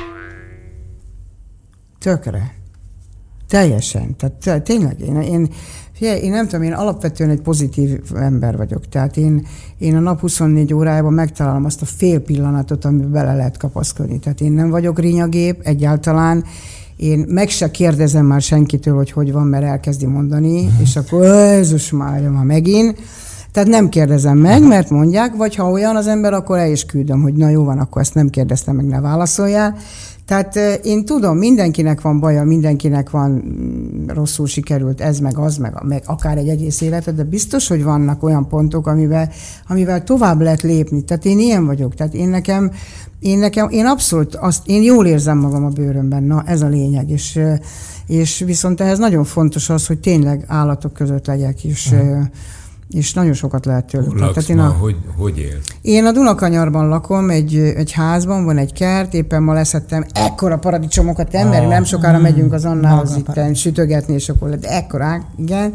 Speaker 1: Tökre. Teljesen. Tehát tényleg, én nem tudom, én alapvetően egy pozitív ember vagyok. Tehát én a nap 24 órájában megtalálom azt a fél pillanatot, amiben bele lehet kapaszkodni. Tehát én nem vagyok rinyagép egyáltalán. Én meg se kérdezem már senkitől, hogy van, mert elkezdi mondani, és akkor Jézus Mária, ma megint. Tehát nem kérdezem meg, mert mondják, vagy ha olyan az ember, akkor el is küldöm, hogy na jó van, akkor ezt nem kérdeztem meg, ne válaszoljál. Tehát én tudom, mindenkinek van baja, mindenkinek van rosszul sikerült ez, meg az, meg akár egy egész életed, de biztos, hogy vannak olyan pontok, amivel tovább lehet lépni. Tehát én ilyen vagyok. Tehát én abszolút én jól érzem magam a bőrömben, na ez a lényeg, és viszont ehhez nagyon fontos az, hogy tényleg állatok között legyek, és nagyon sokat lehet tőlük.
Speaker 3: Laksz hogy élsz?
Speaker 1: Én a Dunakanyarban lakom, egy házban, van egy kert, éppen ma leszettem ekkora paradicsomokat, mert nem sokára megyünk az Annához itten sütögetni, és akkor lett ekkorák, igen.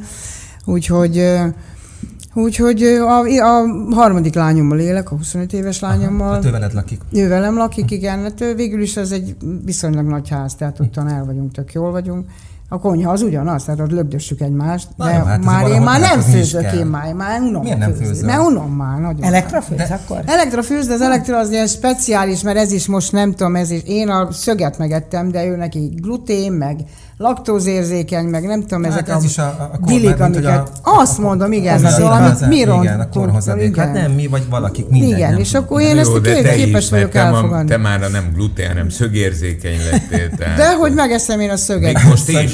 Speaker 1: Úgyhogy a harmadik lányommal élek, a 25 éves lányommal.
Speaker 2: Hát ő veled lakik.
Speaker 1: Ő velem lakik, igen. Hát végül is ez egy viszonylag nagy ház, tehát ottan el vagyunk, tök jól vagyunk. A konyha az ugyanaz, tehát ott lögdössük egymást, de hát én már nem főzök, én már unom.
Speaker 2: Miért nem főzöl?
Speaker 1: Mert unom már nagyon.
Speaker 4: Elektrafőz akkor?
Speaker 1: Elektrafőz, de az elektra az ilyen speciális, mert ez is most nem tudom, én a szöget megettem, de ő neki glutén, meg laktózérzékeny, meg nem tudom, ezek a dilik, amiket... Azt mondom, igen, amit mi
Speaker 2: igen, a korhozadék. Hát nem mi, vagy valakik, minden.
Speaker 1: Igen, és akkor én ezt képes vagyok elfogadni.
Speaker 3: Te már nem glutén, hanem szögérzékeny lettél.
Speaker 1: De hogy megeszem én a szöget.
Speaker 3: Még most is.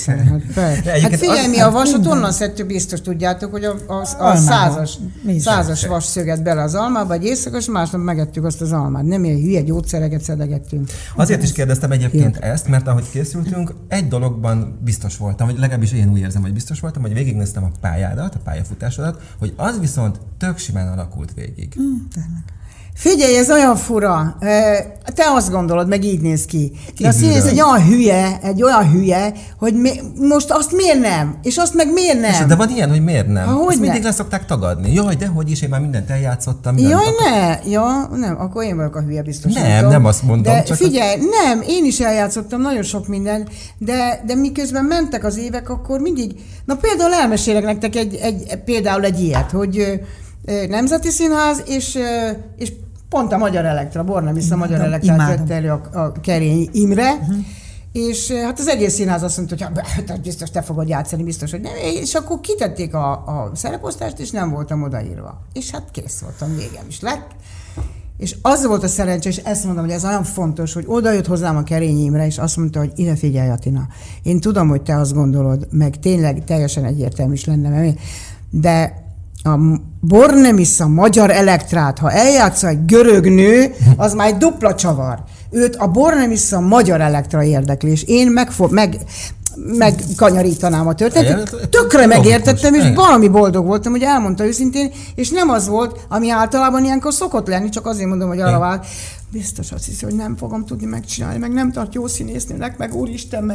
Speaker 1: Hát figyelj, mi a vasat onnan szedtük, biztos tudjátok, hogy a százas vas szöget bele az almába, egy éjszaka, és másnap megettük azt az almát. Nem ilyen hülye gyógyszereket szedegettünk.
Speaker 2: Azért is kérdeztem egyébként ezt, mert ahogy készültünk, egy dologban biztos voltam, vagy legalábbis én úgy érzem, hogy biztos voltam, hogy végignéztem a pályádat, a pályafutásodat, hogy az viszont tök simán alakult végig.
Speaker 1: Figyelj, ez olyan fura. Te azt gondolod, meg így néz ki. De a színész egy olyan hülye, hogy most azt miért nem? És azt meg miért nem?
Speaker 2: De van ilyen, hogy miért nem? Ezt mindig le szokták tagadni. Jaj, dehogy is, én már mindent eljátszottam.
Speaker 1: Nem, akkor én vagyok a hülye, biztos.
Speaker 2: Nem azt mondom.
Speaker 1: De figyelj, nem, én is eljátszottam nagyon sok mindent, de miközben mentek az évek, akkor mindig, na például elmesélek nektek például egy ilyet, hogy Nemzeti Színház, és pont a Magyar Elektra, Bornemisza Magyar Elektrát vette elő a Kerényi Imre, és hát az egész színház azt mondta, hogy biztos te fogod játszani, biztos, hogy nem. És akkor kitették a szereposztást, és nem voltam odaírva. És hát kész voltam, végem is lett. És az volt a szerencsé, és ezt mondom, hogy ez olyan fontos, hogy oda jött hozzám a Kerényi Imre, és azt mondta, hogy ide figyelj, Atina. Én tudom, hogy te azt gondolod, meg tényleg teljesen egyértelmű is lenne, de a Bornemisza Magyar Elektrát, ha eljátsza egy görög nő, az már egy dupla csavar. Őt a Bornemisza Magyar Elektra érdekli, és én megkanyarítanám a történetet. Tökre megértettem, és valami boldog voltam, hogy elmondta őszintén, és nem az volt, ami általában ilyenkor szokott lenni, csak azért mondom, hogy arra vált, biztos azt hiszi, hogy nem fogom tudni megcsinálni, meg nem tart jó színésznőnek, meg úristen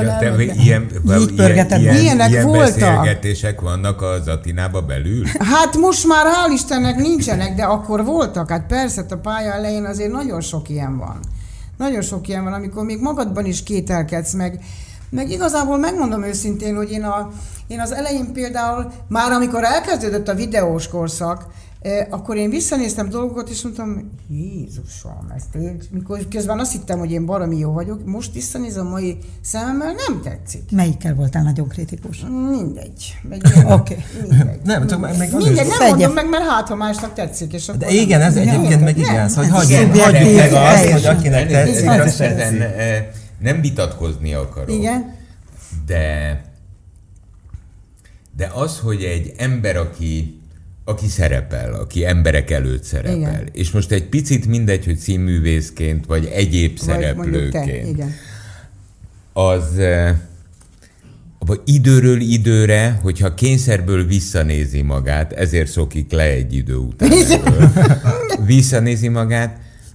Speaker 3: Ilyenek voltak. Beszélgetések vannak az Atinában belül?
Speaker 1: Hát most már hál' Istennek nincsenek, de akkor voltak. Hát persze, a pálya elején azért nagyon sok ilyen van. Nagyon sok ilyen van, amikor még magadban is kételkedsz, meg igazából megmondom őszintén, hogy én az elején például, már amikor elkezdődött a videós korszak, akkor én visszanéztem dolgokat, és mondtam, Jézusom, mikor közben azt hittem, hogy én baromi jó vagyok, most visszanézem a mai szememmel, nem tetszik.
Speaker 4: Melyikkel voltál nagyon kritikus?
Speaker 1: Mindegy.
Speaker 4: Oké.
Speaker 2: Nem, csak meg
Speaker 1: mindegy, nem mondom meg, mert hát, ha másnak tetszik. És
Speaker 2: de igen, ez egyébként meg igaz, hogy hagyjuk meg azt, hogy akinek tetszik, azt
Speaker 3: tetszik. Nem vitatkozni akarok.
Speaker 1: Igen.
Speaker 3: De az, hogy egy ember, aki szerepel, aki emberek előtt szerepel, igen. És most egy picit mindegy, hogy színművészként, vagy egyéb szereplőként, az időről időre, hogyha kényszerből visszanézi magát, ezért szokik le egy idő után visszanézi magát,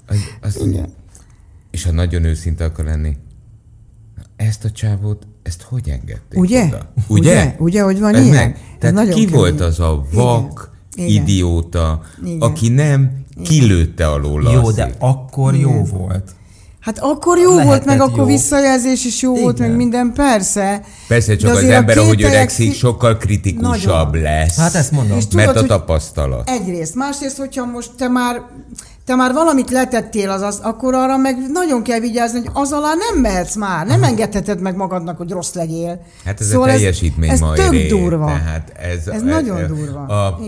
Speaker 3: és ha nagyon őszinte akar lenni, ezt a csávót, ezt hogy engedték oda?
Speaker 1: Ugye, hogy van ez ilyen?
Speaker 3: Tehát ki volt az a vak, idióta, aki nem kilőtte alól
Speaker 2: Jó, de akkor jó volt.
Speaker 1: Hát akkor jó volt, meg akkor visszajelzés is jó volt, meg minden, persze.
Speaker 3: Persze, csak az ember, ahogy öregszik, sokkal kritikusabb lesz.
Speaker 2: Hát ezt mondom.
Speaker 3: Mert a tapasztalat.
Speaker 1: Egyrészt. Másrészt, hogyha most te már valamit letettél, akkor arra meg nagyon kell vigyázni, hogy az alá nem mehetsz már, nem engedheted meg magadnak, hogy rossz legyél.
Speaker 3: Hát ez szóval a teljesítmény
Speaker 1: ez
Speaker 3: ma
Speaker 1: tök durva.
Speaker 3: Tehát
Speaker 1: ez nagyon durva.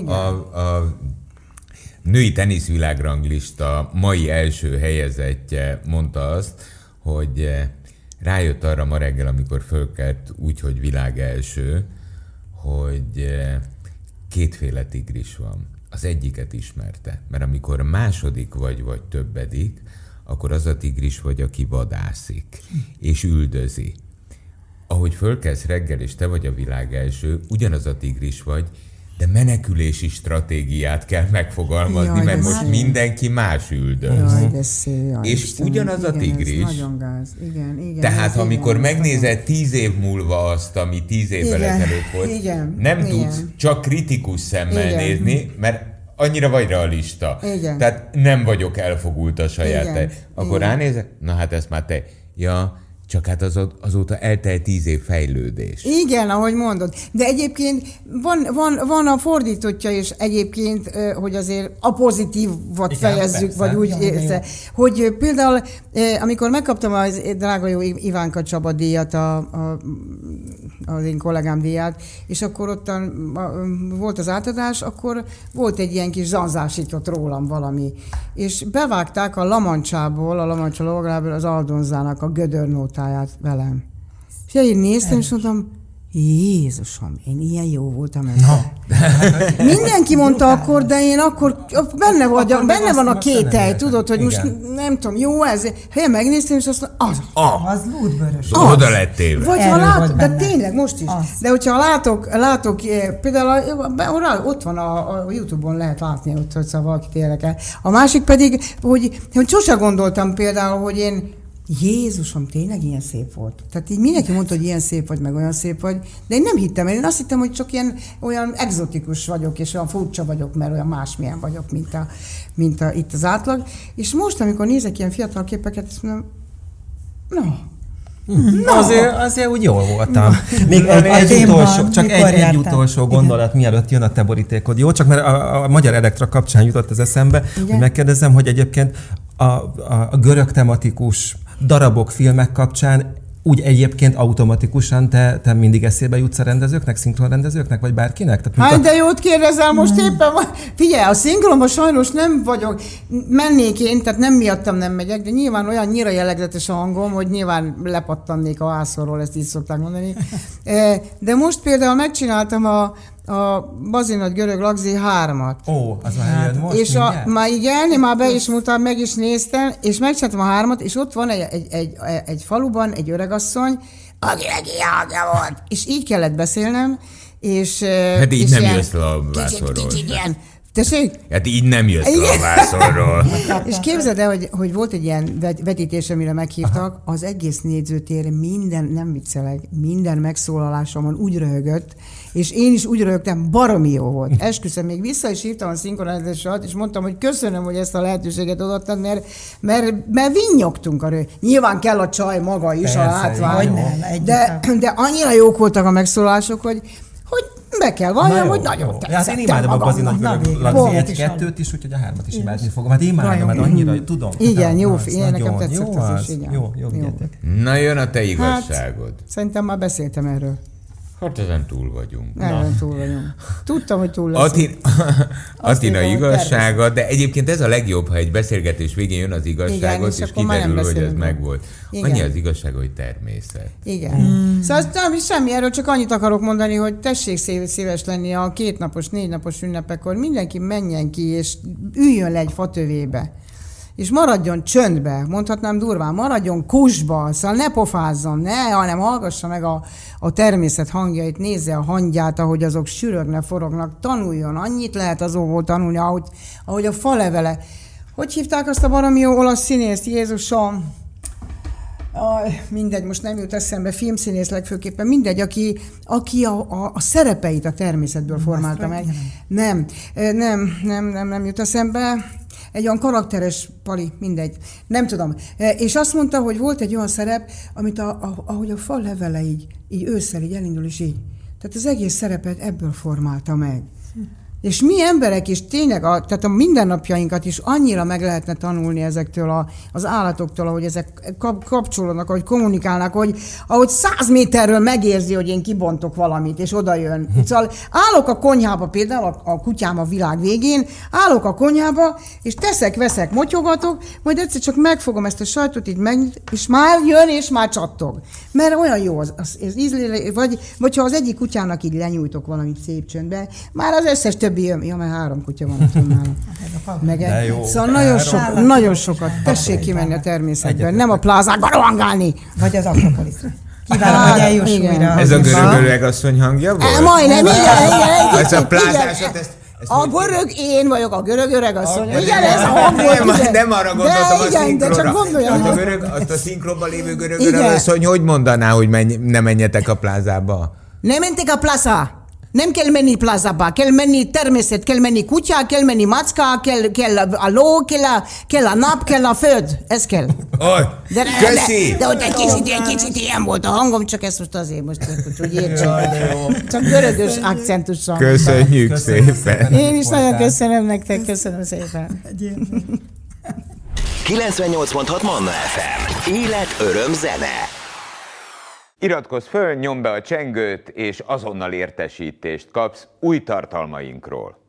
Speaker 3: A női teniszvilágranglista mai első helyezettje mondta azt, hogy rájött arra ma reggel, amikor fölkelt úgy, hogy világ első, hogy kétféle tigris van. Az egyiket ismerte, mert amikor második vagy többedik, akkor az a tigris vagy, aki vadászik, és üldözi. Ahogy fölkelsz reggel, és te vagy a világ első, ugyanaz a tigris vagy, de menekülési stratégiát kell megfogalmazni, mert most mindenki más üldöz. És Istenem, ugyanaz a tigris.
Speaker 1: Nagyon gáz. Igen.
Speaker 3: Tehát amikor megnézed 10 év múlva azt, ami 10 évvel ezelőtt volt, nem tudsz csak kritikus szemmel nézni, mert annyira vagy realista.
Speaker 1: Igen.
Speaker 3: Tehát nem vagyok elfogult a saját. Akkor ránézek, na hát ezt már te. Ja, csak hát azóta eltelt 10 év fejlődés.
Speaker 1: Igen, ahogy mondod. De egyébként van a fordítottja is egyébként, hogy azért a pozitívat fejezzük, persze, vagy úgy érte. Hogy például, amikor megkaptam az drága jó Ivánka Csaba díjat, az én kollégám díját, és akkor ott volt az átadás, akkor volt egy ilyen kis zanzásított rólam valami. És bevágták a La Mancsa logából az Aldonzának a gödörnótáját velem. És én néztem, és mondtam, Jézusom, én ilyen jó voltam ezzel. Mindenki mondta akkor, de én akkor benne van a kételj, tudod, hogy most nem tudom, jó ez. Ha én megnéztem, és azt mondom,
Speaker 4: az lúdvörös.
Speaker 3: Oda lett téve.
Speaker 1: Vagy ha látok, de tényleg most is. De hogyha látok például ott van a YouTube-on lehet látni, hogyha valakit érdekel. A másik pedig, hogy sose gondoltam például, hogy én Jézusom, tényleg ilyen szép volt. Tehát így mindenki mondta, hogy ilyen szép vagy, meg olyan szép vagy, de én nem hittem el. Én azt hittem, hogy csak olyan egzotikus vagyok, és olyan furcsa vagyok, mert olyan másmilyen vagyok, mint itt az átlag. És most, amikor nézek ilyen fiatal képeket, azt mondom,
Speaker 2: Azért úgy jól voltam. Még egy utolsó gondolat, mielőtt jön a te borítékod. Jó, csak mert a Magyar Elektra kapcsán jutott az eszembe, hogy megkérdezem, hogy egyébként a görög tematikus darabok, filmek kapcsán úgy egyébként automatikusan te mindig eszébe jutsz a rendezőknek, szinkronrendezőknek, vagy bárkinek?
Speaker 1: Hát de jót kérdezel, most éppen figyelj, a szinkronban sajnos nem vagyok, mennék én, tehát nem miattam nem megyek, de nyilván olyannyira jellegzetes a hangom, hogy nyilván lepattannék a vászorról, ezt így szokták mondani. De most például megcsináltam a Bazinagy görög lagzi 3-at.
Speaker 2: Az már jön most
Speaker 1: és már igen, már be is mutattam, meg is néztem, és megcsináltam a 3-at, és ott van egy faluban egy öregasszony, akinek ilyen hangja volt. És így kellett beszélnem, és...
Speaker 3: Hát így nem jössz le a vászorról.
Speaker 1: Kicsit ilyen Tessék?
Speaker 3: Hát így nem jött a vászonról.
Speaker 1: És képzeld el, hogy volt egy ilyen vetítés, amire meghívtak, az egész nézőtér minden, nem viccelek, minden megszólalásomon úgy röhögött, és én is úgy röhögtem, baromi jó volt. Esküszöm, még vissza is hívtam a szinkronizásat, és mondtam, hogy köszönöm, hogy ezt a lehetőséget odaadtad, mert vinnyogtunk a Nyilván kell a csaj maga is, persze, a látvány, de annyira jók voltak a megszólások, hogy be kell valljam, hogy nagyon tetszett.
Speaker 2: Hát én imádom a Bazi nagy Laci 1-2-t is, úgyhogy a 3-at is imádni fogom. Hát imádom, mert annyira tudom.
Speaker 1: Igen, jó, nekem tetszett az is.
Speaker 2: Jó, vigyetek.
Speaker 3: Na jön a te igazságod.
Speaker 1: Szerintem már beszéltem erről.
Speaker 3: Hát ezen túl vagyunk.
Speaker 1: Ezen túl vagyunk. Tudtam, hogy túl leszünk.
Speaker 3: Attina igazsága, de egyébként ez a legjobb, ha egy beszélgetés végén jön az igazságot, és kiderül, hogy ez megvolt. Annyi az igazság, hogy természet.
Speaker 1: Igen. Szóval semmi erről, csak annyit akarok mondani, hogy tessék szíves lenni a 2 napos, 4 napos ünnepekkor, mindenki menjen ki, és üljön le egy fatövébe. És maradjon csöndbe, mondhatnám durván, maradjon kusba, szóval ne pofázzon, hanem hallgassa meg a természet hangjait, nézze a hangyát, ahogy azok sürögnek, forognak, tanuljon, annyit lehet azokból tanulni, ahogy a falevele. Hogy hívták azt a baromi jó olasz színészt, Jézusom? Mindegy, most nem jut eszembe, filmszínész legfőképpen, mindegy, aki a szerepeit a természetből formálta meg. Nem jut eszembe. Egy olyan karakteres pali, mindegy, nem tudom. És azt mondta, hogy volt egy olyan szerep, amit ahogy a fa levele így ősszel így elindul, és így. Tehát az egész szerepet ebből formálta meg. És mi emberek is tényleg, tehát a mindennapjainkat is annyira meg lehetne tanulni ezektől az állatoktól, ahogy ezek kapcsolódnak, ahogy kommunikálnak, ahogy 100 méterről megérzi, hogy én kibontok valamit, és oda jön. Szóval állok a konyhába, például a kutyám a világ végén, állok a konyhába, és veszek, motyogatok, majd egyszer csak megfogom ezt a sajtot, így és már jön, és már csattog. Mert olyan jó az ízlélő, vagy ha az egyik kutyának így lenyújtok valamit szép csöndbe, már az összes többi jön. Ja, mert 3 kutya van ott nálam. Szóval nagyon sokat. Tessék kimenni a természetben, nem a plázákban rohangálni.
Speaker 4: Vagy az Akropoliszra. Kívánom, hogy eljuss újra.
Speaker 3: Ez a görög asszony hangja volt?
Speaker 1: Majdnem, igen.
Speaker 3: Ez a plázásot,
Speaker 1: a görög, én vagyok a görög öreg asszony. Igen, ez a hang volt.
Speaker 3: Nem arra gondoltam a szinkronra.
Speaker 1: De csak gondoljam.
Speaker 3: Azt a szinkronban lévő görög öreg asszony, hogy mondaná, hogy ne menjetek a plázába?
Speaker 1: Nem mentek a pláza. Nem kell menni plázába, kell menni természet, kell menni kutya, kell menni macska, kell a ló, kell a nap, kell a föld. Ez kell.
Speaker 3: Köszi!
Speaker 1: De ott egy kicsit ilyen volt a hangom, csak ezt most azért hogy értsük. Csak görögös akcentussal.
Speaker 3: Köszönjük szépen.
Speaker 1: Én is nagyon köszönöm nektek, köszönöm szépen.
Speaker 5: 98.6 Manna FM. Élet, öröm, zene.
Speaker 3: Iratkozz föl, nyomd be a csengőt, és azonnal értesítést kapsz új tartalmainkról.